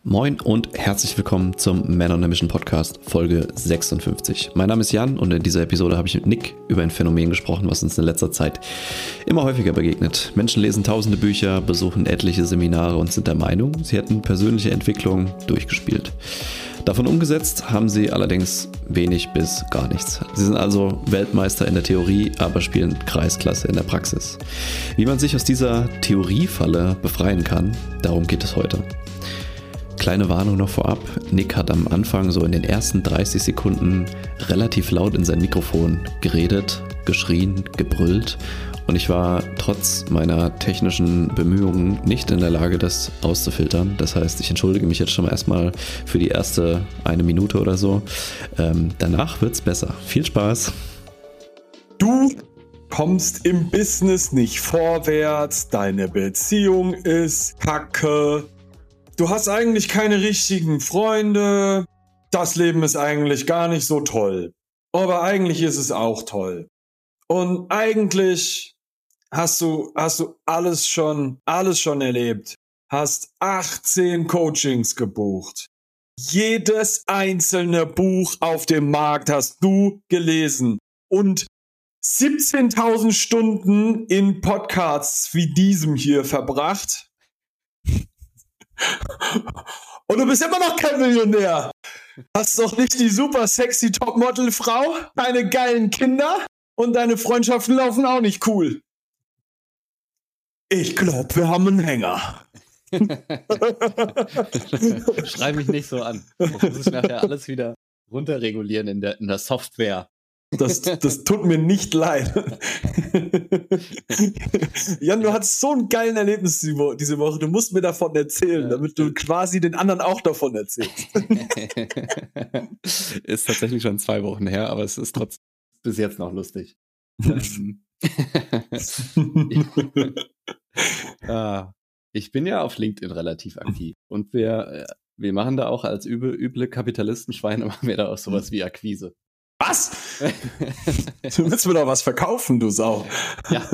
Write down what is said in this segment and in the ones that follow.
Moin und herzlich willkommen zum Man on a Mission Podcast, Folge 56. Mein Name ist Jan und in dieser Episode habe ich mit Nick über ein Phänomen gesprochen, was uns in letzter Zeit immer häufiger begegnet. Menschen lesen tausende Bücher, besuchen etliche Seminare und sind der Meinung, sie hätten persönliche Entwicklung durchgespielt. Davon umgesetzt haben sie allerdings wenig bis gar nichts. Sie sind also Weltmeister in der Theorie, aber spielen Kreisklasse in der Praxis. Wie man sich aus dieser Theoriefalle befreien kann, darum geht es heute. Kleine Warnung noch vorab, Nick hat am Anfang so in den ersten 30 Sekunden relativ laut in sein Mikrofon geredet, geschrien, gebrüllt und ich war trotz meiner technischen Bemühungen nicht in der Lage, das rauszufiltern. Das heißt, ich entschuldige mich jetzt schon mal erstmal für die erste 1 Minute oder so. Danach wird's besser. Viel Spaß! Du kommst im Business nicht vorwärts, deine Beziehung ist Kacke. Du hast eigentlich keine richtigen Freunde. Das Leben ist eigentlich gar nicht so toll. Aber eigentlich ist es auch toll. Und eigentlich hast du alles schon erlebt. Hast 18 Coachings gebucht. Jedes einzelne Buch auf dem Markt hast du gelesen. Und 17.000 Stunden in Podcasts wie diesem hier verbracht. Und du bist immer noch kein Millionär. Hast doch nicht die super sexy Topmodel-Frau, keine geilen Kinder und deine Freundschaften laufen auch nicht cool. Ich glaube, wir haben einen Hänger. Schrei mich nicht so an. Das muss ich nachher alles wieder runterregulieren in der Software. Das tut mir nicht leid. Jan, du hattest so einen geilen Erlebnis diese Woche. Du musst mir davon erzählen, damit du quasi den anderen auch davon erzählst. Ist tatsächlich schon 2 Wochen her, aber es ist trotzdem bis jetzt noch lustig. Ich bin ja auf LinkedIn relativ aktiv und wir machen da auch als üble Kapitalistenschweine machen wir da auch sowas wie Akquise. Was? Du willst mir doch was verkaufen, du Sau. Ja.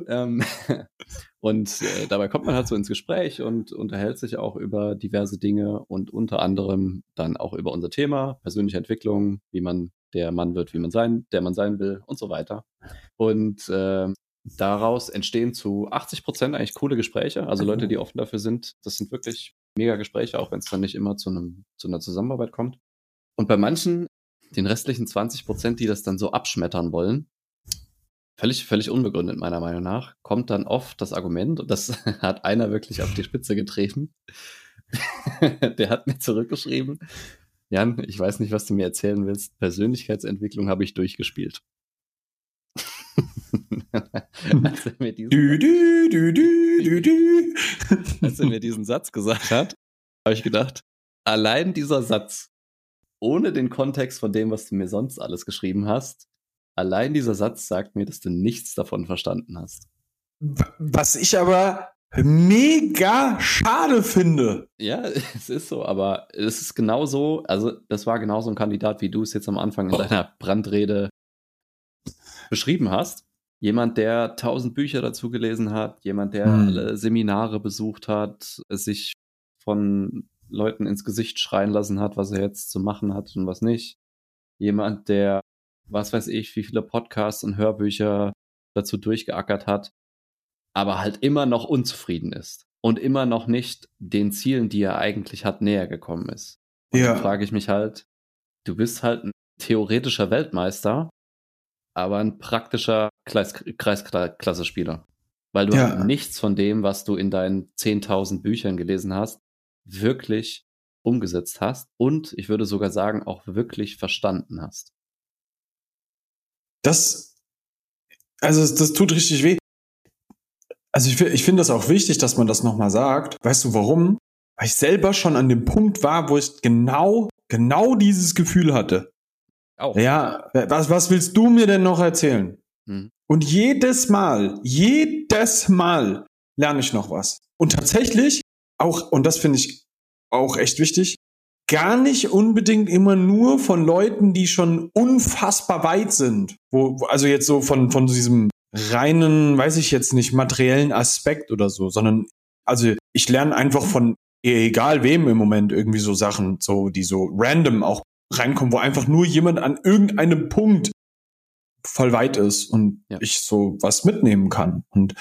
Und dabei kommt man halt so ins Gespräch und unterhält sich auch über diverse Dinge und unter anderem dann auch über unser Thema, persönliche Entwicklung, wie man der Mann wird, der man sein will und so weiter. Und daraus entstehen zu 80% eigentlich coole Gespräche, also Leute, die offen dafür sind. Das sind wirklich mega Gespräche, auch wenn es dann nicht immer zu einer Zusammenarbeit kommt. Und bei manchen, den restlichen 20%, die das dann so abschmettern wollen, völlig unbegründet meiner Meinung nach, kommt dann oft das Argument, und das hat einer wirklich auf die Spitze getreten, der hat mir zurückgeschrieben, Jan, ich weiß nicht, was du mir erzählen willst, Persönlichkeitsentwicklung habe ich durchgespielt. Als er mir diesen Satz gesagt hat, habe ich gedacht, allein dieser Satz, ohne den Kontext von dem, was du mir sonst alles geschrieben hast, allein dieser Satz sagt mir, dass du nichts davon verstanden hast. Was ich aber mega schade finde. Ja, es ist so, aber es ist genauso, also das war genauso ein Kandidat, wie du es jetzt am Anfang in deiner Brandrede beschrieben hast. Jemand, der 1000 Bücher dazu gelesen hat, jemand, der alle Seminare besucht hat, sich von Leuten ins Gesicht schreien lassen hat, was er jetzt zu machen hat und was nicht. Jemand, der, was weiß ich, wie viele Podcasts und Hörbücher dazu durchgeackert hat, aber halt immer noch unzufrieden ist und immer noch nicht den Zielen, die er eigentlich hat, näher gekommen ist. Und dann frage ich mich halt, du bist halt ein theoretischer Weltmeister, aber ein praktischer Kreisklasse-Spieler. Weil du halt nichts von dem, was du in deinen 10.000 Büchern gelesen hast, wirklich umgesetzt hast und ich würde sogar sagen, auch wirklich verstanden hast. Das tut richtig weh. Also ich finde das auch wichtig, dass man das nochmal sagt. Weißt du warum? Weil ich selber schon an dem Punkt war, wo ich genau dieses Gefühl hatte. Auch. Ja, was willst du mir denn noch erzählen? Und jedes Mal lerne ich noch was. Und tatsächlich auch, und das finde ich auch echt wichtig, gar nicht unbedingt immer nur von Leuten, die schon unfassbar weit sind. Also jetzt so von diesem reinen, weiß ich jetzt nicht, materiellen Aspekt oder so, sondern also ich lerne einfach von egal wem im Moment irgendwie so Sachen, so die so random auch reinkommen, wo einfach nur jemand an irgendeinem Punkt voll weit ist und ich so was mitnehmen kann. Und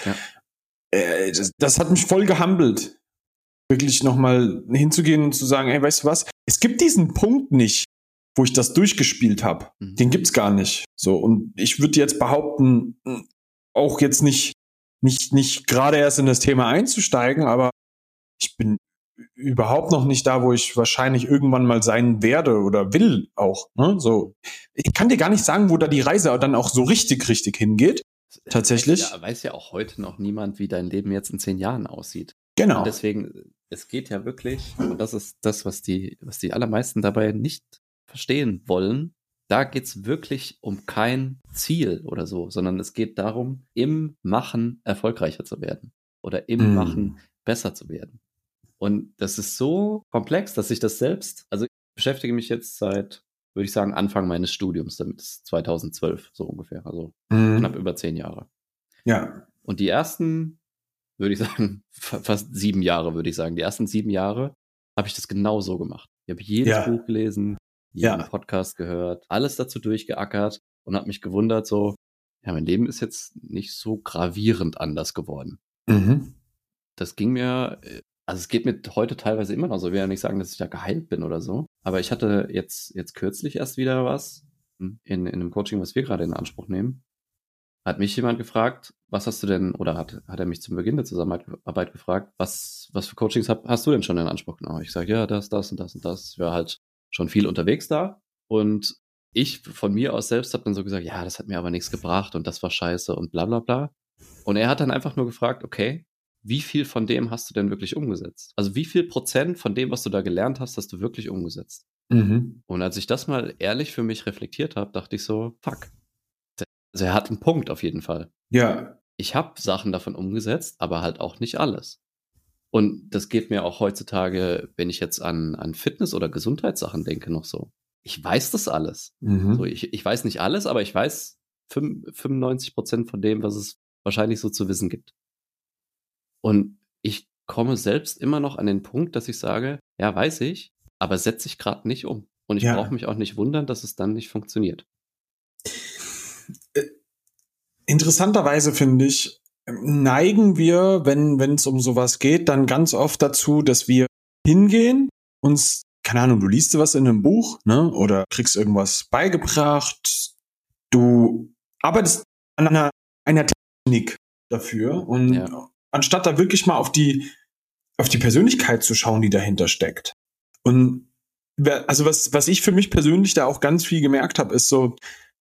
das hat mich voll gehumbelt, wirklich nochmal hinzugehen und zu sagen, ey, weißt du was? Es gibt diesen Punkt nicht, wo ich das durchgespielt habe. Den gibt's gar nicht. So, und ich würde jetzt behaupten, auch jetzt nicht gerade erst in das Thema einzusteigen, aber ich bin überhaupt noch nicht da, wo ich wahrscheinlich irgendwann mal sein werde oder will auch. Ne? So, ich kann dir gar nicht sagen, wo da die Reise dann auch so richtig hingeht. Tatsächlich. Weiß ja auch heute noch niemand, wie dein Leben jetzt in 10 Jahren aussieht. Genau. Und deswegen, es geht ja wirklich, und das ist das, was die allermeisten dabei nicht verstehen wollen, da geht's wirklich um kein Ziel oder so, sondern es geht darum, im Machen erfolgreicher zu werden oder im Machen besser zu werden. Und das ist so komplex, dass ich das selbst, also ich beschäftige mich jetzt seit, würde ich sagen, Anfang meines Studiums, damit ist 2012 so ungefähr, also knapp über 10 Jahre. Ja. Und die ersten, würde ich sagen, fast 7 Jahre, würde ich sagen, die ersten 7 Jahre habe ich das genau so gemacht. Ich habe jedes Buch gelesen, jeden Podcast gehört, alles dazu durchgeackert und habe mich gewundert, so, ja, mein Leben ist jetzt nicht so gravierend anders geworden. Das ging mir, also es geht mir heute teilweise immer noch so, ich will ja nicht sagen, dass ich da geheilt bin oder so, aber ich hatte jetzt kürzlich erst wieder was in einem Coaching, was wir gerade in Anspruch nehmen. Hat mich jemand gefragt, was hast du denn, oder hat er mich zum Beginn der Zusammenarbeit gefragt, was für Coachings hast du denn schon in Anspruch genommen? Ich sage, ja, das und das und das. Ich war halt schon viel unterwegs da und ich von mir aus selbst habe dann so gesagt, ja, das hat mir aber nichts gebracht und das war scheiße und bla bla bla. Und er hat dann einfach nur gefragt, okay, wie viel von dem hast du denn wirklich umgesetzt? Also wie viel Prozent von dem, was du da gelernt hast, hast du wirklich umgesetzt? Und als ich das mal ehrlich für mich reflektiert habe, dachte ich so, fuck. Also er hat einen Punkt auf jeden Fall. Ja. Ich habe Sachen davon umgesetzt, aber halt auch nicht alles. Und das geht mir auch heutzutage, wenn ich jetzt an Fitness- oder Gesundheitssachen denke, noch so. Ich weiß das alles. So, ich weiß nicht alles, aber ich weiß 95% von dem, was es wahrscheinlich so zu wissen gibt. Und ich komme selbst immer noch an den Punkt, dass ich sage, ja, weiß ich, aber setze ich gerade nicht um. Und ich brauche mich auch nicht wundern, dass es dann nicht funktioniert. Interessanterweise finde ich, neigen wir, wenn es um sowas geht, dann ganz oft dazu, dass wir hingehen, uns, keine Ahnung, du liest was in einem Buch, ne, oder kriegst irgendwas beigebracht, du arbeitest an einer Technik dafür und anstatt da wirklich mal auf die Persönlichkeit zu schauen, die dahinter steckt. Und also was ich für mich persönlich da auch ganz viel gemerkt habe, ist so,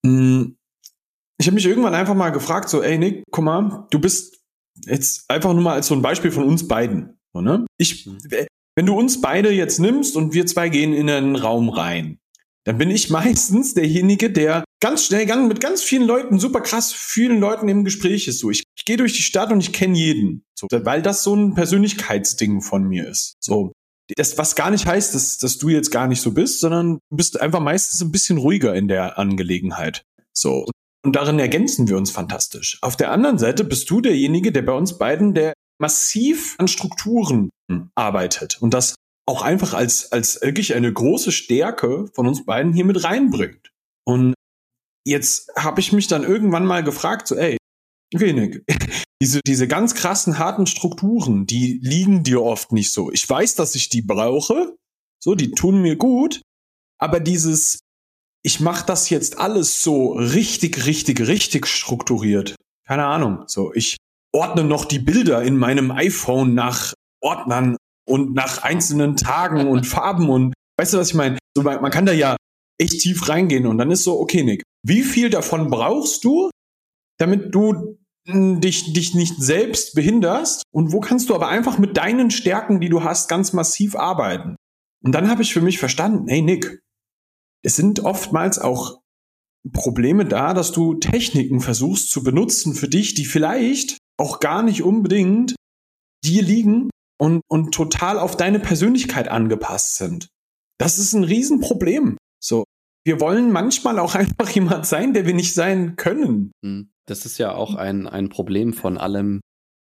ich habe mich irgendwann einfach mal gefragt, so, ey Nick, guck mal, du bist jetzt einfach nur mal als so ein Beispiel von uns beiden. So, ne? Wenn du uns beide jetzt nimmst und wir zwei gehen in einen Raum rein, dann bin ich meistens derjenige, der ganz schnell mit ganz vielen Leuten, super krass vielen Leuten im Gespräch ist. So, ich gehe durch die Stadt und ich kenne jeden. So, weil das so ein Persönlichkeitsding von mir ist. So. Das, was gar nicht heißt, dass du jetzt gar nicht so bist, sondern du bist einfach meistens ein bisschen ruhiger in der Angelegenheit. So. Und darin ergänzen wir uns fantastisch. Auf der anderen Seite bist du derjenige, der bei uns beiden, der massiv an Strukturen arbeitet und das auch einfach als wirklich eine große Stärke von uns beiden hier mit reinbringt. Und jetzt habe ich mich dann irgendwann mal gefragt, so, ey, wenig. Diese ganz krassen, harten Strukturen, die liegen dir oft nicht so. Ich weiß, dass ich die brauche, so, die tun mir gut, aber ich mache das jetzt alles so richtig strukturiert. Keine Ahnung. So, ich ordne noch die Bilder in meinem iPhone nach Ordnern und nach einzelnen Tagen und Farben und weißt du, was ich meine? So, man kann da ja echt tief reingehen und dann ist so, okay, Nick, wie viel davon brauchst du, damit du dich nicht selbst behinderst und wo kannst du aber einfach mit deinen Stärken, die du hast, ganz massiv arbeiten? Und dann habe ich für mich verstanden, hey Nick, es sind oftmals auch Probleme da, dass du Techniken versuchst zu benutzen für dich, die vielleicht auch gar nicht unbedingt dir liegen und total auf deine Persönlichkeit angepasst sind. Das ist ein Riesenproblem. So, wir wollen manchmal auch einfach jemand sein, der wir nicht sein können. Das ist ja auch ein Problem von allem,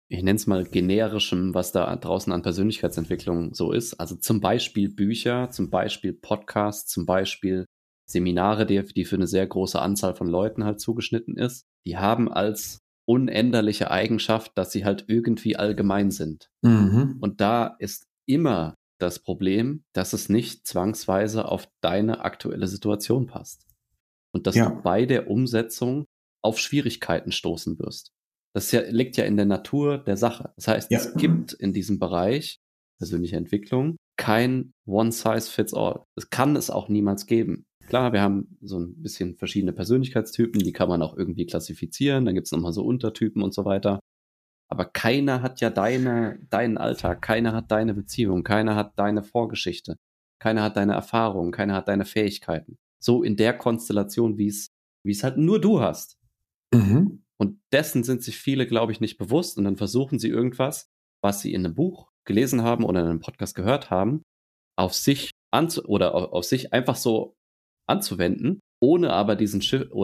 ich nenne es mal generischem, was da draußen an Persönlichkeitsentwicklung so ist. Also zum Beispiel Bücher, zum Beispiel Podcasts, zum Beispiel Seminare, die für eine sehr große Anzahl von Leuten halt zugeschnitten ist. Die haben als unänderliche Eigenschaft, dass sie halt irgendwie allgemein sind. Mhm. Und da ist immer das Problem, dass es nicht zwangsweise auf deine aktuelle Situation passt. Und dass Ja. du bei der Umsetzung auf Schwierigkeiten stoßen wirst. Das liegt ja in der Natur der Sache. Das heißt, Ja. es gibt in diesem Bereich persönliche Entwicklung kein One-Size-Fits-all. Das kann es auch niemals geben. Klar, wir haben so ein bisschen verschiedene Persönlichkeitstypen, die kann man auch irgendwie klassifizieren. Dann gibt es nochmal so Untertypen und so weiter. Aber keiner hat ja deinen Alltag, keiner hat deine Beziehung, keiner hat deine Vorgeschichte, keiner hat deine Erfahrungen, keiner hat deine Fähigkeiten. So in der Konstellation, wie es halt nur du hast. Mhm. Und dessen sind sich viele, glaube ich, nicht bewusst. Und dann versuchen sie irgendwas, was sie in einem Buch gelesen haben oder in einem Podcast gehört haben, auf sich auf sich einfach so anzuwenden, ohne aber diesen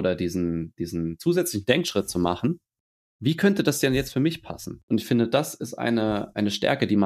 zusätzlichen Denkschritt zu machen. Wie könnte das denn jetzt für mich passen? Und ich finde, das ist eine Stärke, die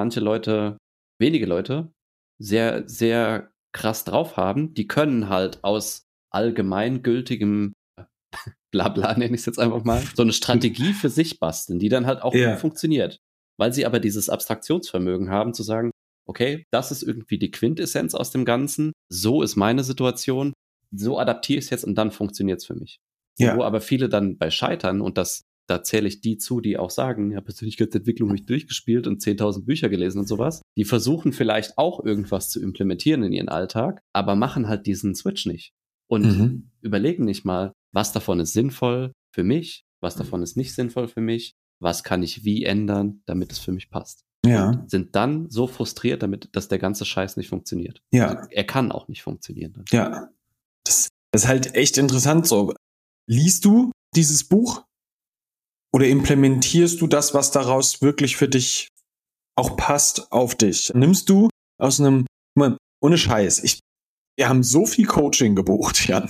wenige Leute, sehr, sehr krass drauf haben. Die können halt aus allgemeingültigem Blabla, nenne ich es jetzt einfach mal, so eine Strategie für sich basteln, die dann halt auch Ja. gut funktioniert. Weil sie aber dieses Abstraktionsvermögen haben, zu sagen, okay, das ist irgendwie die Quintessenz aus dem Ganzen, so ist meine Situation, so adaptiere ich es jetzt und dann funktioniert es für mich. Ja. Wo aber viele dann bei scheitern, und da zähle ich die zu, die auch sagen, ja, Persönlichkeitsentwicklung habe ich durchgespielt und 10.000 Bücher gelesen und sowas. Die versuchen vielleicht auch irgendwas zu implementieren in ihren Alltag, aber machen halt diesen Switch nicht. Und überlegen nicht mal, was davon ist sinnvoll für mich, was davon ist nicht sinnvoll für mich, was kann ich wie ändern, damit es für mich passt. Ja. Und sind dann so frustriert damit, dass der ganze Scheiß nicht funktioniert. Ja. Also er kann auch nicht funktionieren. Dann. Ja. Das ist halt echt interessant so. Liest du dieses Buch? Oder implementierst du das, was daraus wirklich für dich auch passt, auf dich? Nimmst du aus einem, ohne Scheiß, wir haben so viel Coaching gebucht, Jan.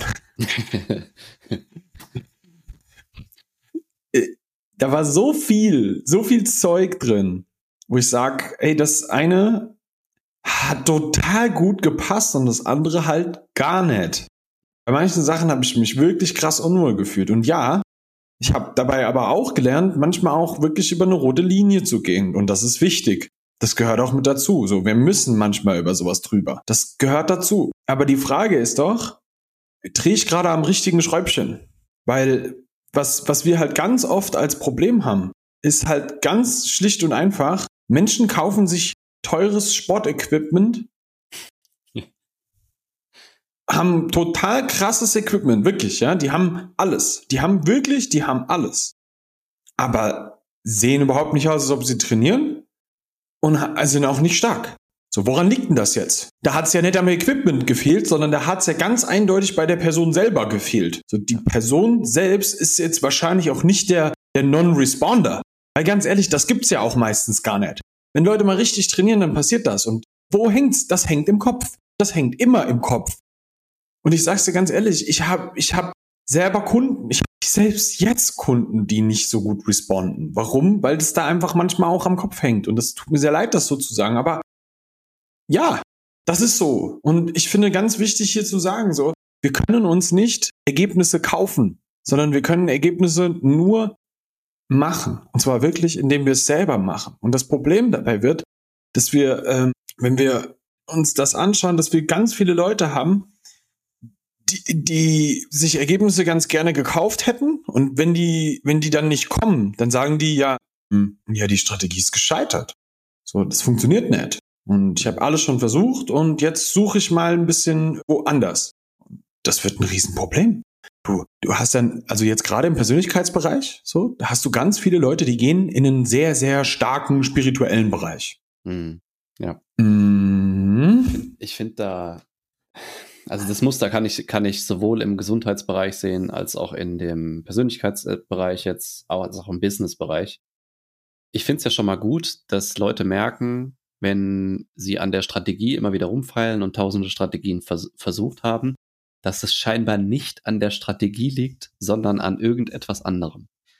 Da war so viel Zeug drin, wo ich sage, ey, das eine hat total gut gepasst und das andere halt gar nicht. Bei manchen Sachen habe ich mich wirklich krass unwohl gefühlt. Und ja, ich habe dabei aber auch gelernt, manchmal auch wirklich über eine rote Linie zu gehen. Und das ist wichtig. Das gehört auch mit dazu. So, wir müssen manchmal über sowas drüber. Das gehört dazu. Aber die Frage ist doch, drehe ich gerade am richtigen Schräubchen? Weil was wir halt ganz oft als Problem haben, ist halt ganz schlicht und einfach, Menschen kaufen sich teures Sportequipment, haben total krasses Equipment, wirklich, ja, die haben alles. Die haben alles. Aber sehen überhaupt nicht aus, als ob sie trainieren und sind auch nicht stark. So, woran liegt denn das jetzt? Da hat es ja nicht am Equipment gefehlt, sondern da hat es ja ganz eindeutig bei der Person selber gefehlt. So, die Person selbst ist jetzt wahrscheinlich auch nicht der Non-Responder. Weil ganz ehrlich, das gibt's ja auch meistens gar nicht. Wenn Leute mal richtig trainieren, dann passiert das. Und wo hängt's? Das hängt im Kopf. Das hängt immer im Kopf. Und ich sag's dir ganz ehrlich, ich hab selber Kunden, ich habe selbst jetzt Kunden, die nicht so gut responden. Warum? Weil das da einfach manchmal auch am Kopf hängt. Und das tut mir sehr leid, das so zu sagen. Aber ja, das ist so. Und ich finde ganz wichtig hier zu sagen, so, wir können uns nicht Ergebnisse kaufen, sondern wir können Ergebnisse nur machen. Und zwar wirklich, indem wir es selber machen. Und das Problem dabei wird, dass wir, wenn wir uns das anschauen, dass wir ganz viele Leute haben, die sich Ergebnisse ganz gerne gekauft hätten. Und wenn die dann nicht kommen, dann sagen die ja, die Strategie ist gescheitert. So, das funktioniert nicht. Und ich habe alles schon versucht und jetzt suche ich mal ein bisschen woanders. Das wird ein Riesenproblem. Du hast dann, also jetzt gerade im Persönlichkeitsbereich, so, da hast du ganz viele Leute, die gehen in einen sehr, sehr starken spirituellen Bereich. Ja. Mhm. Ich finde also das Muster kann ich sowohl im Gesundheitsbereich sehen, als auch in dem Persönlichkeitsbereich jetzt, als auch im Businessbereich. Ich finde es ja schon mal gut, dass Leute merken, wenn sie an der Strategie immer wieder rumfeilen und tausende Strategien versucht haben, dass es scheinbar nicht an der Strategie liegt, sondern an irgendetwas anderem.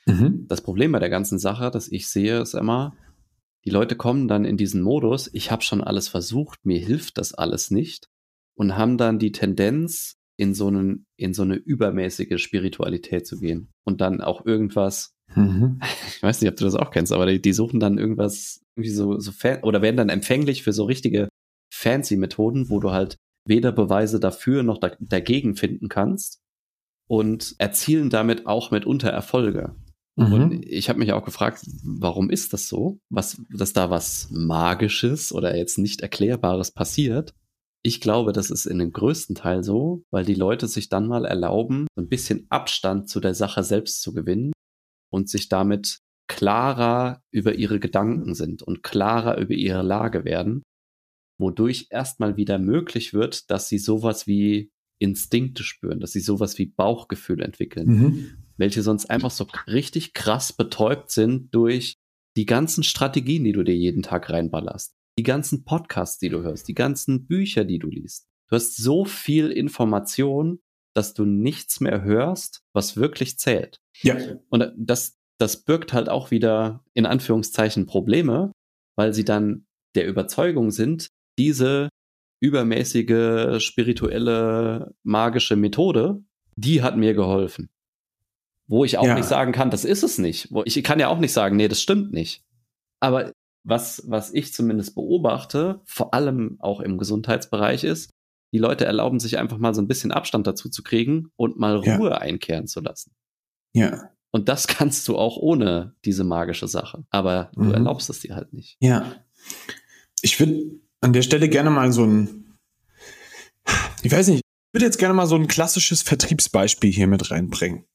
Das Problem bei der ganzen Sache, das ich sehe, ist immer, die Leute kommen dann in diesen Modus, ich habe schon alles versucht, mir hilft das alles nicht und haben dann die Tendenz, in so eine übermäßige Spiritualität zu gehen und dann auch irgendwas, ich weiß nicht, ob du das auch kennst, aber die suchen dann irgendwas, irgendwie so oder werden dann empfänglich für so richtige fancy Methoden, wo du halt weder Beweise dafür noch dagegen finden kannst und erzielen damit auch mitunter Erfolge. Und ich habe mich auch gefragt, warum ist das so? Dass da was Magisches oder jetzt nicht Erklärbares passiert? Ich glaube, das ist in dem größten Teil so, weil die Leute sich dann mal erlauben, so ein bisschen Abstand zu der Sache selbst zu gewinnen und sich damit klarer über ihre Gedanken sind und klarer über ihre Lage werden, wodurch erstmal wieder möglich wird, dass sie sowas wie Instinkte spüren, dass sie sowas wie Bauchgefühl entwickeln, welche sonst einfach so richtig krass betäubt sind durch die ganzen Strategien, die du dir jeden Tag reinballerst, die ganzen Podcasts, die du hörst, die ganzen Bücher, die du liest. Du hast so viel Information, dass du nichts mehr hörst, was wirklich zählt. Ja. Und das birgt halt auch wieder in Anführungszeichen Probleme, weil sie dann der Überzeugung sind, diese übermäßige spirituelle magische Methode, die hat mir geholfen. Wo ich auch nicht sagen kann, das ist es nicht. Ich kann ja auch nicht sagen, nee, das stimmt nicht. Aber was ich zumindest beobachte, vor allem auch im Gesundheitsbereich ist, die Leute erlauben sich einfach mal so ein bisschen Abstand dazu zu kriegen und mal Ruhe einkehren zu lassen. Ja. Und das kannst du auch ohne diese magische Sache. Aber du erlaubst es dir halt nicht. Ja. Ich würde an der Stelle gerne mal ich würde jetzt gerne mal so ein klassisches Vertriebsbeispiel hier mit reinbringen.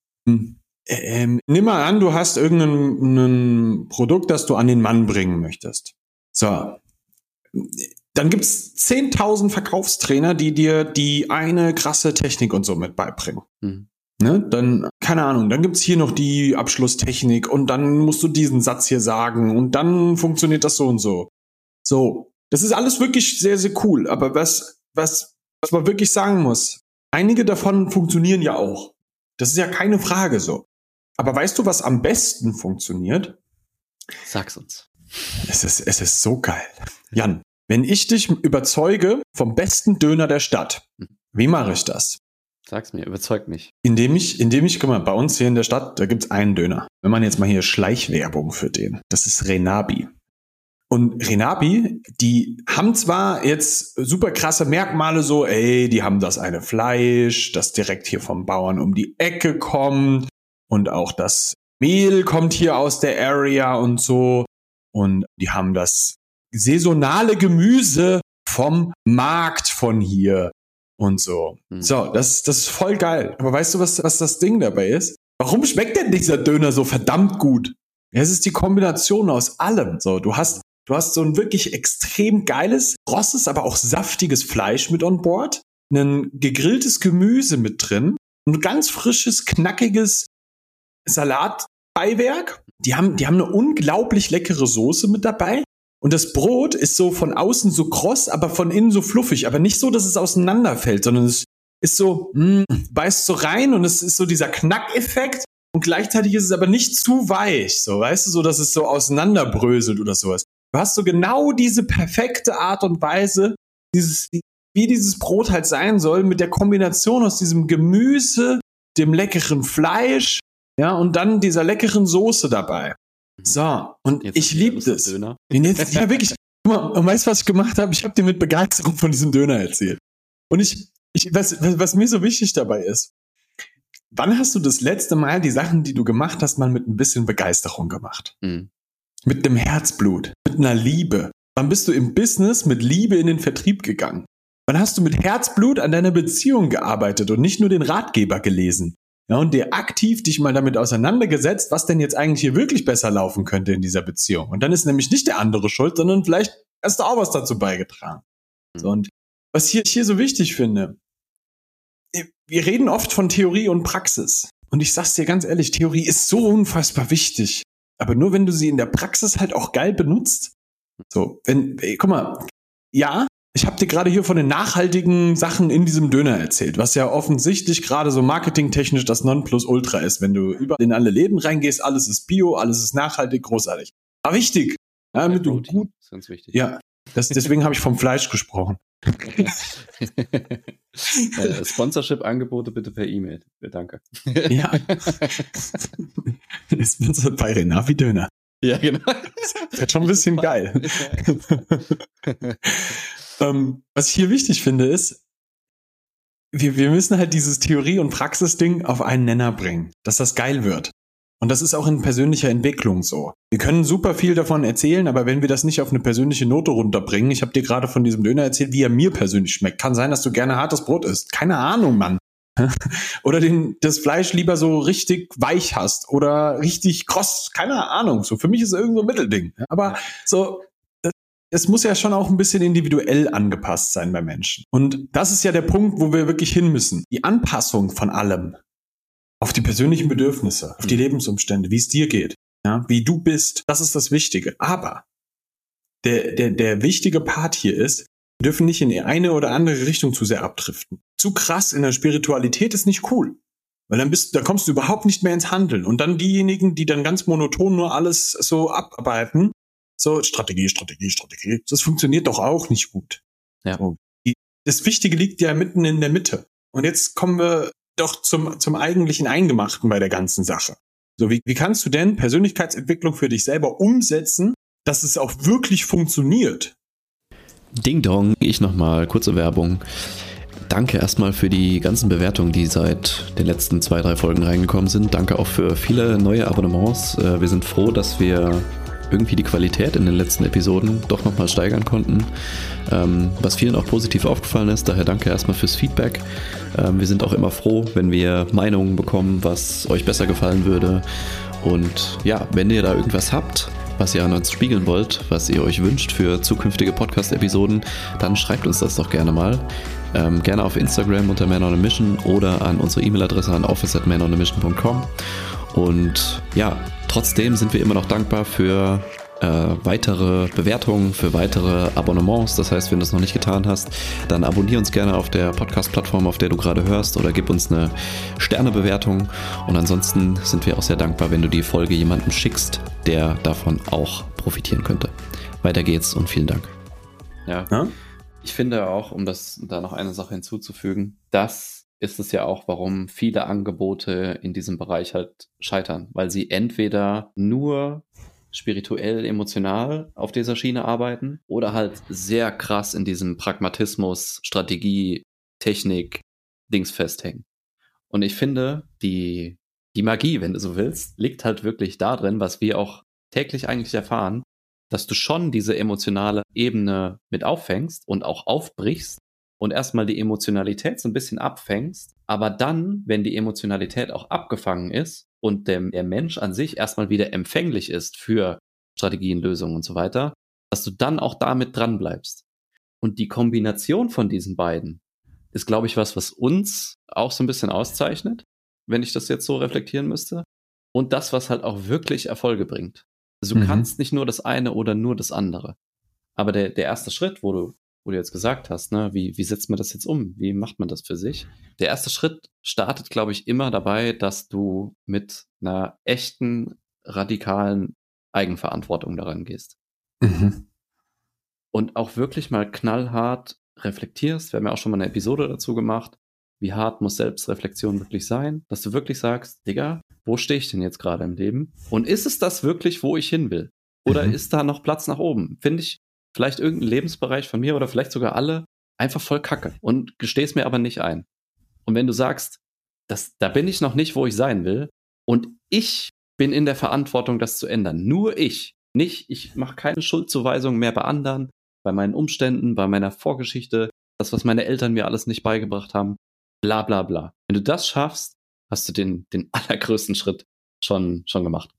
Nimm mal an, du hast irgendein Produkt, das du an den Mann bringen möchtest. So. Dann gibt's 10.000 Verkaufstrainer, die dir die eine krasse Technik und so mit beibringen. Ne? Dann, keine Ahnung, dann gibt's hier noch die Abschlusstechnik und dann musst du diesen Satz hier sagen und dann funktioniert das so und so. So. Das ist alles wirklich sehr, sehr cool. Aber was man wirklich sagen muss, einige davon funktionieren ja auch. Das ist ja keine Frage so. Aber weißt du, was am besten funktioniert? Sag's uns. Es ist so geil. Jan, wenn ich dich überzeuge vom besten Döner der Stadt, wie mache ich das? Sag's mir, überzeug mich. Indem ich, guck mal, bei uns hier in der Stadt, da gibt's einen Döner. Wenn man jetzt mal hier Schleichwerbung für den, das ist Renabi. Und Renabi, die haben zwar jetzt super krasse Merkmale so, die haben das eine Fleisch, das direkt hier vom Bauern um die Ecke kommt und auch das Mehl kommt hier aus der Area und so und die haben das saisonale Gemüse vom Markt von hier und so. So, das ist voll geil. Aber weißt du, was das Ding dabei ist? Warum schmeckt denn dieser Döner so verdammt gut? Es ist die Kombination aus allem. So, du hast so ein wirklich extrem geiles, rosses, aber auch saftiges Fleisch mit on board, ein gegrilltes Gemüse mit drin, ein ganz frisches, knackiges Salatbeiwerk. Die haben eine unglaublich leckere Soße mit dabei. Und das Brot ist so von außen so kross, aber von innen so fluffig. Aber nicht so, dass es auseinanderfällt, sondern es ist so, beißt so rein und es ist so dieser Knackeffekt. Und gleichzeitig ist es aber nicht zu weich, so, weißt du, so, dass es so auseinanderbröselt oder sowas. Du hast so genau diese perfekte Art und Weise, wie dieses Brot halt sein soll, mit der Kombination aus diesem Gemüse, dem leckeren Fleisch, ja, und dann dieser leckeren Soße dabei. So, und jetzt ich liebe das. Ja, wirklich. Guck mal, und weißt du, was ich gemacht habe? Ich habe dir mit Begeisterung von diesem Döner erzählt. Und was mir so wichtig dabei ist, wann hast du das letzte Mal die Sachen, die du gemacht hast, mal mit ein bisschen Begeisterung gemacht? Mit einem Herzblut, mit einer Liebe. Wann bist du im Business mit Liebe in den Vertrieb gegangen? Wann hast du mit Herzblut an deiner Beziehung gearbeitet und nicht nur den Ratgeber gelesen? Ja, und dir aktiv dich mal damit auseinandergesetzt, was denn jetzt eigentlich hier wirklich besser laufen könnte in dieser Beziehung. Und dann ist nämlich nicht der andere schuld, sondern vielleicht hast du auch was dazu beigetragen. So, und was ich hier so wichtig finde, wir reden oft von Theorie und Praxis. Und ich sag's dir ganz ehrlich, Theorie ist so unfassbar wichtig. Aber nur wenn du sie in der Praxis halt auch geil benutzt. So, guck mal, ja, Ich habe dir gerade hier von den nachhaltigen Sachen in diesem Döner erzählt, was ja offensichtlich gerade so marketingtechnisch das Nonplusultra ist. Wenn du überall in alle Läden reingehst, alles ist Bio, alles ist nachhaltig, großartig. Aber wichtig. Ja, damit du gut, ist ganz wichtig. Ja, deswegen habe ich vom Fleisch gesprochen. Sponsorship-Angebote bitte per E-Mail. Danke. Ja. Sponsor bei Renavi Döner. Ja, genau. Das wird schon ein bisschen geil. Was ich hier wichtig finde, ist, wir müssen halt dieses Theorie- und Praxis-Ding auf einen Nenner bringen, dass das geil wird. Und das ist auch in persönlicher Entwicklung so. Wir können super viel davon erzählen, aber wenn wir das nicht auf eine persönliche Note runterbringen, ich habe dir gerade von diesem Döner erzählt, wie er mir persönlich schmeckt. Kann sein, dass du gerne hartes Brot isst. Keine Ahnung, Mann. Oder das Fleisch lieber so richtig weich hast oder richtig kross. Keine Ahnung. So, für mich ist es irgendwo ein Mittelding. Aber so, es muss ja schon auch ein bisschen individuell angepasst sein bei Menschen. Und das ist ja der Punkt, wo wir wirklich hin müssen. Die Anpassung von allem auf die persönlichen Bedürfnisse, auf die Lebensumstände, wie es dir geht, ja, wie du bist, das ist das Wichtige. Aber der wichtige Part hier ist, wir dürfen nicht in die eine oder andere Richtung zu sehr abdriften. Zu krass in der Spiritualität ist nicht cool. Weil da kommst du überhaupt nicht mehr ins Handeln. Und dann diejenigen, die dann ganz monoton nur alles so abarbeiten, so Strategie, das funktioniert doch auch nicht gut. Ja. So, das Wichtige liegt ja mitten in der Mitte. Und jetzt kommen wir doch zum eigentlichen Eingemachten bei der ganzen Sache. So, wie kannst du denn Persönlichkeitsentwicklung für dich selber umsetzen, dass es auch wirklich funktioniert? Ding Dong, ich nochmal, kurze Werbung. Danke erstmal für die ganzen Bewertungen, die seit den letzten 2-3 Folgen reingekommen sind. Danke auch für viele neue Abonnements. Wir sind froh, dass wir irgendwie die Qualität in den letzten Episoden doch nochmal steigern konnten, was vielen auch positiv aufgefallen ist. Daher danke erstmal fürs Feedback. Wir sind auch immer froh, wenn wir Meinungen bekommen, was euch besser gefallen würde. Und ja, wenn ihr da irgendwas habt, was ihr an uns spiegeln wollt, was ihr euch wünscht für zukünftige Podcast-Episoden, dann schreibt uns das doch gerne mal. Gerne auf Instagram unter Man on a Mission oder an unsere E-Mail-Adresse an office@manonamission.com. Und ja, trotzdem sind wir immer noch dankbar für weitere Bewertungen, für weitere Abonnements. Das heißt, wenn du es noch nicht getan hast, dann abonniere uns gerne auf der Podcast-Plattform, auf der du gerade hörst, oder gib uns eine Sternebewertung. Und ansonsten sind wir auch sehr dankbar, wenn du die Folge jemandem schickst, der davon auch profitieren könnte. Weiter geht's und vielen Dank. Ja. Ich finde auch, um da noch eine Sache hinzuzufügen, das ist es ja auch, warum viele Angebote in diesem Bereich halt scheitern, weil sie entweder nur spirituell, emotional auf dieser Schiene arbeiten oder halt sehr krass in diesem Pragmatismus, Strategie, Technik, Dings festhängen. Und ich finde, die Magie, wenn du so willst, liegt halt wirklich darin, was wir auch täglich eigentlich erfahren, dass du schon diese emotionale Ebene mit auffängst und auch aufbrichst und erstmal die Emotionalität so ein bisschen abfängst, aber dann, wenn die Emotionalität auch abgefangen ist und der Mensch an sich erstmal wieder empfänglich ist für Strategien, Lösungen und so weiter, dass du dann auch damit dran bleibst. Und die Kombination von diesen beiden ist, glaube ich, was uns auch so ein bisschen auszeichnet, wenn ich das jetzt so reflektieren müsste. Und das, was halt auch wirklich Erfolge bringt. Also du kannst nicht nur das eine oder nur das andere. Aber der erste Schritt, wo du jetzt gesagt hast, ne, wie setzt man das jetzt um? Wie macht man das für sich? Der erste Schritt startet, glaube ich, immer dabei, dass du mit einer echten, radikalen Eigenverantwortung daran gehst. Und auch wirklich mal knallhart reflektierst. Wir haben ja auch schon mal eine Episode dazu gemacht. Wie hart muss Selbstreflexion wirklich sein? Dass du wirklich sagst, Digga, wo stehe ich denn jetzt gerade im Leben? Und ist es das wirklich, wo ich hin will? Oder ist da noch Platz nach oben? Finde ich vielleicht irgendeinen Lebensbereich von mir oder vielleicht sogar alle einfach voll Kacke und gestehe es mir aber nicht ein. Und wenn du sagst, da bin ich noch nicht, wo ich sein will und ich bin in der Verantwortung, das zu ändern. Nur ich. Nicht, ich mache keine Schuldzuweisung mehr bei anderen, bei meinen Umständen, bei meiner Vorgeschichte, das, was meine Eltern mir alles nicht beigebracht haben, bla bla bla. Wenn du das schaffst, hast du den allergrößten Schritt schon gemacht.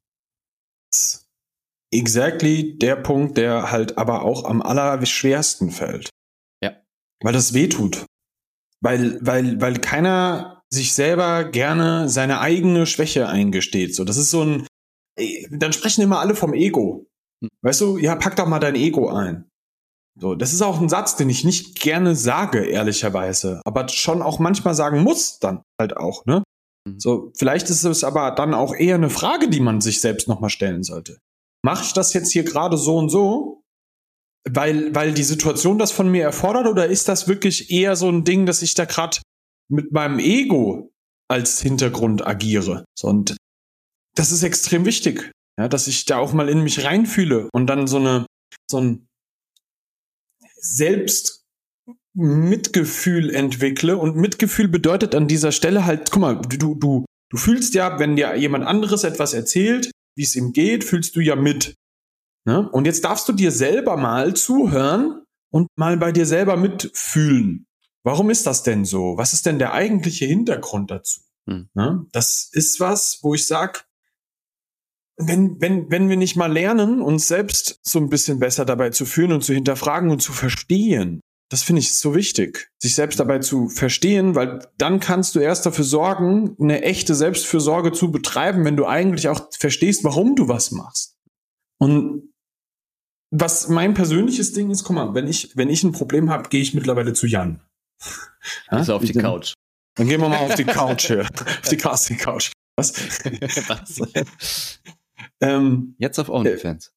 Exactly der Punkt, der halt aber auch am allerschwersten fällt. Ja. Weil das wehtut. Weil keiner sich selber gerne seine eigene Schwäche eingesteht. So, das ist so ein, dann sprechen immer alle vom Ego. Weißt du, ja, pack doch mal dein Ego ein. So, das ist auch ein Satz, den ich nicht gerne sage, ehrlicherweise, aber schon auch manchmal sagen muss dann halt auch, ne? So, vielleicht ist es aber dann auch eher eine Frage, die man sich selbst nochmal stellen sollte. Mache ich das jetzt hier gerade so und so, weil die Situation das von mir erfordert, oder ist das wirklich eher so ein Ding, dass ich da gerade mit meinem Ego als Hintergrund agiere? So, und das ist extrem wichtig, ja, dass ich da auch mal in mich reinfühle und dann so ein Selbstmitgefühl entwickle. Und Mitgefühl bedeutet an dieser Stelle halt, guck mal, du fühlst ja, wenn dir jemand anderes etwas erzählt, wie es ihm geht, fühlst du ja mit. Ne? Und jetzt darfst du dir selber mal zuhören und mal bei dir selber mitfühlen. Warum ist das denn so? Was ist denn der eigentliche Hintergrund dazu? Ne? Das ist was, wo ich sage, wenn wir nicht mal lernen, uns selbst so ein bisschen besser dabei zu fühlen und zu hinterfragen und zu verstehen, das finde ich so wichtig, sich selbst dabei zu verstehen, weil dann kannst du erst dafür sorgen, eine echte Selbstfürsorge zu betreiben, wenn du eigentlich auch verstehst, warum du was machst. Und was mein persönliches Ding ist, guck mal, wenn ich ein Problem habe, gehe ich mittlerweile zu Jan. Also auf die Couch. Dann gehen wir mal auf die Couch hier, auf die Casting-Couch. Was? Jetzt auf OnlyFans.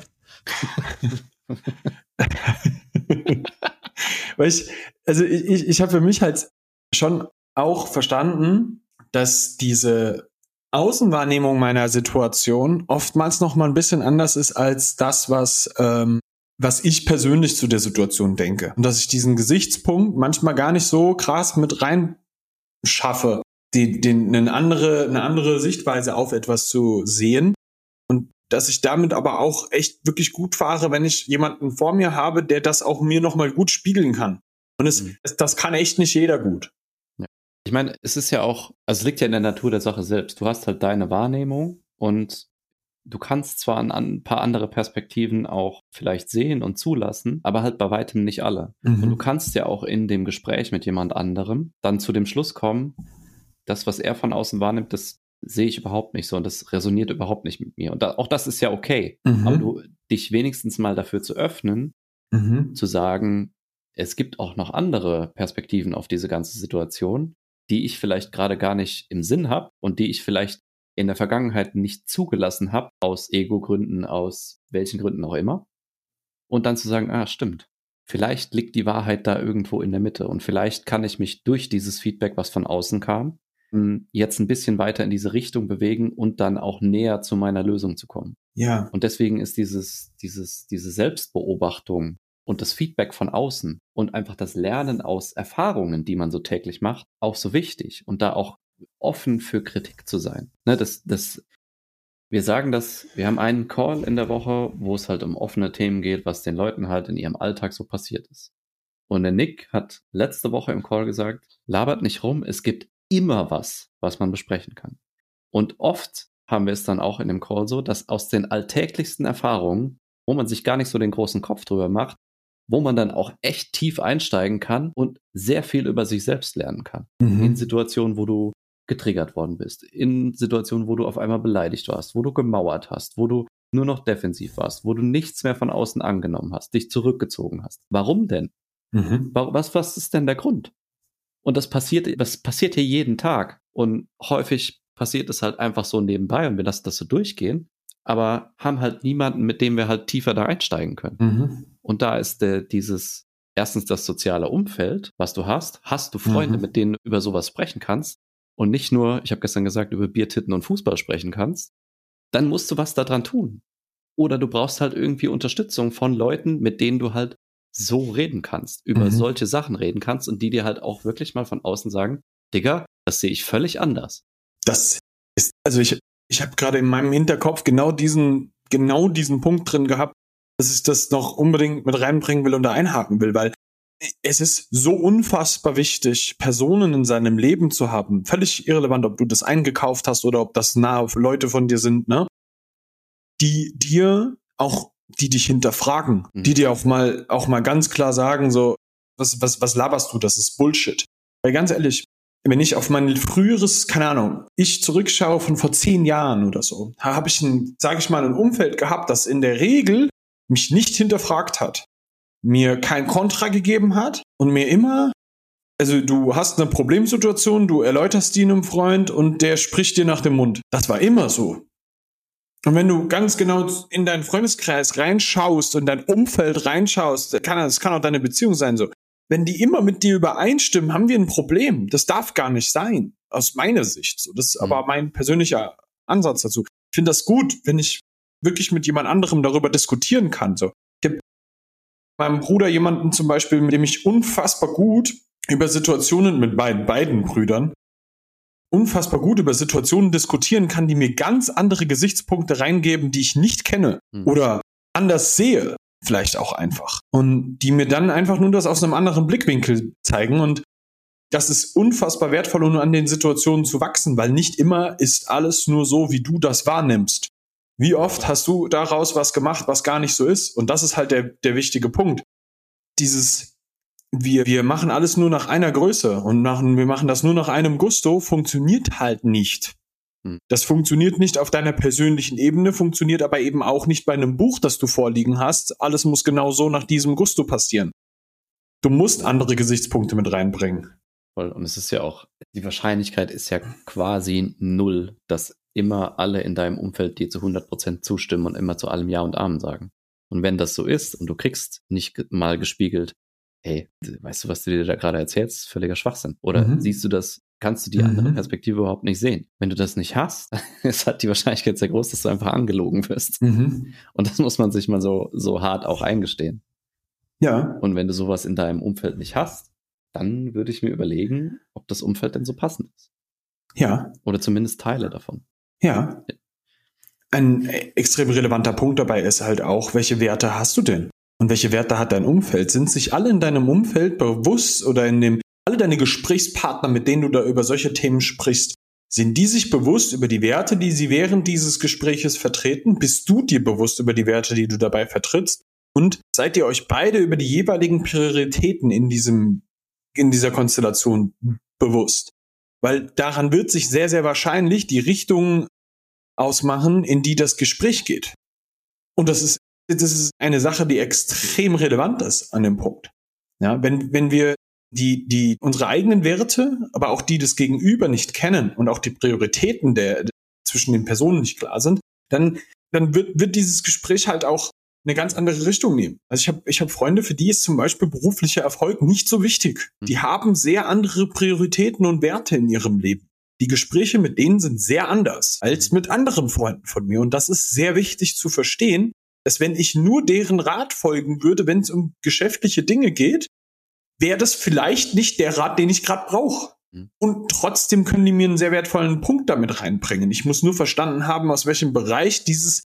Weil ich habe für mich halt schon auch verstanden, dass diese Außenwahrnehmung meiner Situation oftmals noch mal ein bisschen anders ist als das, was ich persönlich zu der Situation denke. Und dass ich diesen Gesichtspunkt manchmal gar nicht so krass mit rein schaffe, eine andere Sichtweise auf etwas zu sehen. Und dass ich damit aber auch echt wirklich gut fahre, wenn ich jemanden vor mir habe, der das auch mir nochmal gut spiegeln kann. Und das kann echt nicht jeder gut. Ja. Ich meine, es ist ja auch, also es liegt ja in der Natur der Sache selbst. Du hast halt deine Wahrnehmung und du kannst zwar ein paar andere Perspektiven auch vielleicht sehen und zulassen, aber halt bei weitem nicht alle. Und du kannst ja auch in dem Gespräch mit jemand anderem dann zu dem Schluss kommen, das, was er von außen wahrnimmt, das sehe ich überhaupt nicht so und das resoniert überhaupt nicht mit mir. Und auch das ist ja okay. Aber dich wenigstens mal dafür zu öffnen, zu sagen, es gibt auch noch andere Perspektiven auf diese ganze Situation, die ich vielleicht gerade gar nicht im Sinn habe und die ich vielleicht in der Vergangenheit nicht zugelassen habe, aus Ego-Gründen, aus welchen Gründen auch immer. Und dann zu sagen, stimmt. Vielleicht liegt die Wahrheit da irgendwo in der Mitte und vielleicht kann ich mich durch dieses Feedback, was von außen kam, jetzt ein bisschen weiter in diese Richtung bewegen und dann auch näher zu meiner Lösung zu kommen. Ja. Und deswegen ist diese Selbstbeobachtung und das Feedback von außen und einfach das Lernen aus Erfahrungen, die man so täglich macht, auch so wichtig und da auch offen für Kritik zu sein. Ne, wir sagen das, wir haben einen Call in der Woche, wo es halt um offene Themen geht, was den Leuten halt in ihrem Alltag so passiert ist. Und der Nick hat letzte Woche im Call gesagt, labert nicht rum, es gibt immer was man besprechen kann. Und oft haben wir es dann auch in dem Call so, dass aus den alltäglichsten Erfahrungen, wo man sich gar nicht so den großen Kopf drüber macht, wo man dann auch echt tief einsteigen kann und sehr viel über sich selbst lernen kann. In Situationen, wo du getriggert worden bist, in Situationen, wo du auf einmal beleidigt warst, wo du gemauert hast, wo du nur noch defensiv warst, wo du nichts mehr von außen angenommen hast, dich zurückgezogen hast. Warum denn? Was ist denn der Grund? Und das passiert hier jeden Tag. Und häufig passiert es halt einfach so nebenbei und wir lassen das so durchgehen, aber haben halt niemanden, mit dem wir halt tiefer da einsteigen können. Und da ist erstens das soziale Umfeld, was du hast du Freunde, mit denen du über sowas sprechen kannst und nicht nur, ich habe gestern gesagt, über Bier, Titten und Fußball sprechen kannst, dann musst du was daran tun. Oder du brauchst halt irgendwie Unterstützung von Leuten, mit denen du halt so reden kannst, über solche Sachen reden kannst und die dir halt auch wirklich mal von außen sagen, Digga, das sehe ich völlig anders. Das ist, also ich habe gerade in meinem Hinterkopf genau diesen Punkt drin gehabt, dass ich das noch unbedingt mit reinbringen will und da einhaken will, weil es ist so unfassbar wichtig, Personen in seinem Leben zu haben, völlig irrelevant, ob du das eingekauft hast oder ob das nahe Leute von dir sind, ne? Die dich hinterfragen, die dir auch mal ganz klar sagen, so, was laberst du, das ist Bullshit. Weil ganz ehrlich, wenn ich auf mein früheres, keine Ahnung, ich zurückschaue von vor 10 Jahren oder so, habe ich ein Umfeld gehabt, das in der Regel mich nicht hinterfragt hat. mir kein Kontra gegeben hat und mir immer, also du hast eine Problemsituation, du erläuterst die einem Freund und der spricht dir nach dem Mund. Das war immer so. Und wenn du ganz genau in deinen Freundeskreis reinschaust und dein Umfeld reinschaust, das kann auch deine Beziehung sein, so. Wenn die immer mit dir übereinstimmen, haben wir ein Problem. Das darf gar nicht sein, aus meiner Sicht. So, das ist aber mein persönlicher Ansatz dazu. Ich finde das gut, wenn ich wirklich mit jemand anderem darüber diskutieren kann. So. Ich habe meinem Bruder jemanden zum Beispiel, mit dem ich unfassbar gut über Situationen, mit beiden Brüdern, unfassbar gut über Situationen diskutieren kann, die mir ganz andere Gesichtspunkte reingeben, die ich nicht kenne oder anders sehe, vielleicht auch einfach. Und die mir dann einfach nur das aus einem anderen Blickwinkel zeigen. Und das ist unfassbar wertvoll, um an den Situationen zu wachsen, weil nicht immer ist alles nur so, wie du das wahrnimmst. Wie oft hast du daraus was gemacht, was gar nicht so ist? Und das ist halt der wichtige Punkt. Wir machen alles nur nach einer Größe und wir machen das nur nach einem Gusto, funktioniert halt nicht. Das funktioniert nicht auf deiner persönlichen Ebene, funktioniert aber eben auch nicht bei einem Buch, das du vorliegen hast. Alles muss genau so nach diesem Gusto passieren. Du musst andere Gesichtspunkte mit reinbringen. Und es ist ja auch, die Wahrscheinlichkeit ist ja quasi 0, dass immer alle in deinem Umfeld dir zu 100% zustimmen und immer zu allem Ja und Amen sagen. Und wenn das so ist und du kriegst nicht mal gespiegelt, hey, weißt du, was du dir da gerade erzählst? Völliger Schwachsinn. Oder siehst du das, kannst du die andere Perspektive überhaupt nicht sehen? Wenn du das nicht hast, ist halt die Wahrscheinlichkeit sehr groß, dass du einfach angelogen wirst. Und das muss man sich mal so hart auch eingestehen. Ja. Und wenn du sowas in deinem Umfeld nicht hast, dann würde ich mir überlegen, ob das Umfeld denn so passend ist. Ja. Oder zumindest Teile davon. Ja. Ein extrem relevanter Punkt dabei ist halt auch, welche Werte hast du denn? Und welche Werte hat dein Umfeld? Sind sich alle in deinem Umfeld bewusst oder alle deine Gesprächspartner, mit denen du da über solche Themen sprichst, sind die sich bewusst über die Werte, die sie während dieses Gespräches vertreten? Bist du dir bewusst über die Werte, die du dabei vertrittst? Und seid ihr euch beide über die jeweiligen Prioritäten in dieser Konstellation bewusst? Weil daran wird sich sehr, sehr wahrscheinlich die Richtung ausmachen, in die das Gespräch geht. Und das ist eine Sache, die extrem relevant ist an dem Punkt. Ja, wenn wir unsere eigenen Werte, aber auch die des Gegenüber nicht kennen und auch die Prioritäten zwischen den Personen nicht klar sind, dann wird dieses Gespräch halt auch eine ganz andere Richtung nehmen. Also ich hab Freunde, für die ist zum Beispiel beruflicher Erfolg nicht so wichtig. Die haben sehr andere Prioritäten und Werte in ihrem Leben. Die Gespräche mit denen sind sehr anders als mit anderen Freunden von mir. Und das ist sehr wichtig zu verstehen, dass wenn ich nur deren Rat folgen würde, wenn es um geschäftliche Dinge geht, wäre das vielleicht nicht der Rat, den ich gerade brauche. Und trotzdem können die mir einen sehr wertvollen Punkt damit reinbringen. Ich muss nur verstanden haben, aus welchem Bereich diese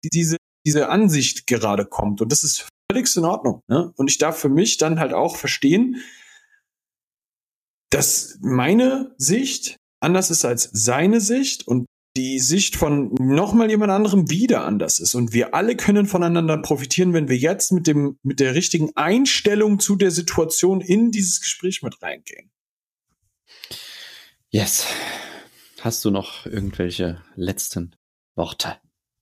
Ansicht gerade kommt. Und das ist völlig in Ordnung. Ne? Und ich darf für mich dann halt auch verstehen, dass meine Sicht anders ist als seine Sicht und die Sicht von nochmal jemand anderem wieder anders ist. Und wir alle können voneinander profitieren, wenn wir jetzt mit der richtigen Einstellung zu der Situation in dieses Gespräch mit reingehen. Yes. Hast du noch irgendwelche letzten Worte?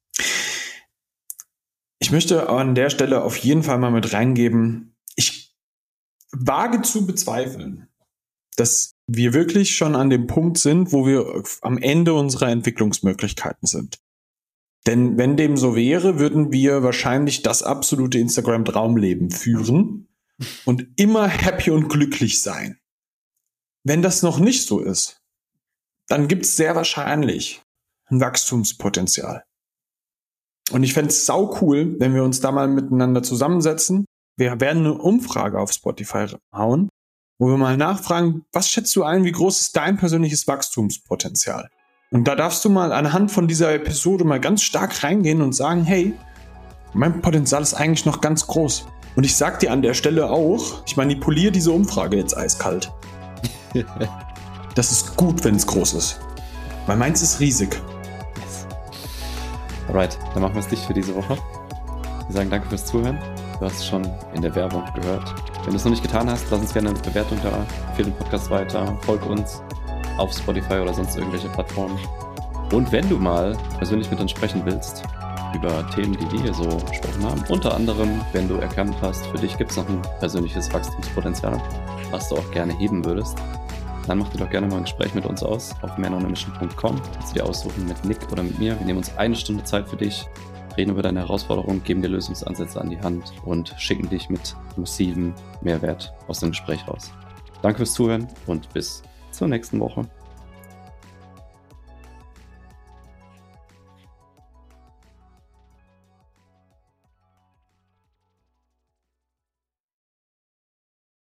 Ich möchte an der Stelle auf jeden Fall mal mit reingeben, ich wage zu bezweifeln, dass wir wirklich schon an dem Punkt sind, wo wir am Ende unserer Entwicklungsmöglichkeiten sind. Denn wenn dem so wäre, würden wir wahrscheinlich das absolute Instagram-Traumleben führen und immer happy und glücklich sein. Wenn das noch nicht so ist, dann gibt es sehr wahrscheinlich ein Wachstumspotenzial. Und ich fände es sau cool, wenn wir uns da mal miteinander zusammensetzen. Wir werden eine Umfrage auf Spotify hauen, wo wir mal nachfragen, was schätzt du ein, wie groß ist dein persönliches Wachstumspotenzial? Und da darfst du mal anhand von dieser Episode mal ganz stark reingehen und sagen, hey, mein Potenzial ist eigentlich noch ganz groß. Und ich sag dir an der Stelle auch, ich manipuliere diese Umfrage jetzt eiskalt. Das ist gut, wenn es groß ist. Weil meins ist riesig. Yes. Alright, dann machen wir es dicht für diese Woche. Wir sagen danke fürs Zuhören. Du hast es schon in der Werbung gehört. Wenn du es noch nicht getan hast, lass uns gerne eine Bewertung da. Empfehle den Podcast weiter. Folge uns auf Spotify oder sonst irgendwelche Plattformen. Und wenn du mal persönlich mit uns sprechen willst, über Themen, die wir hier so besprochen haben. Unter anderem, wenn du erkannt hast, für dich gibt es noch ein persönliches Wachstumspotenzial, was du auch gerne heben würdest, dann mach dir doch gerne mal ein Gespräch mit uns aus auf manonemission.com. Kannst du dir aussuchen mit Nick oder mit mir. Wir nehmen uns 1 Stunde Zeit für dich, reden über deine Herausforderungen, geben dir Lösungsansätze an die Hand und schicken dich mit massivem Mehrwert aus dem Gespräch raus. Danke fürs Zuhören und bis zur nächsten Woche.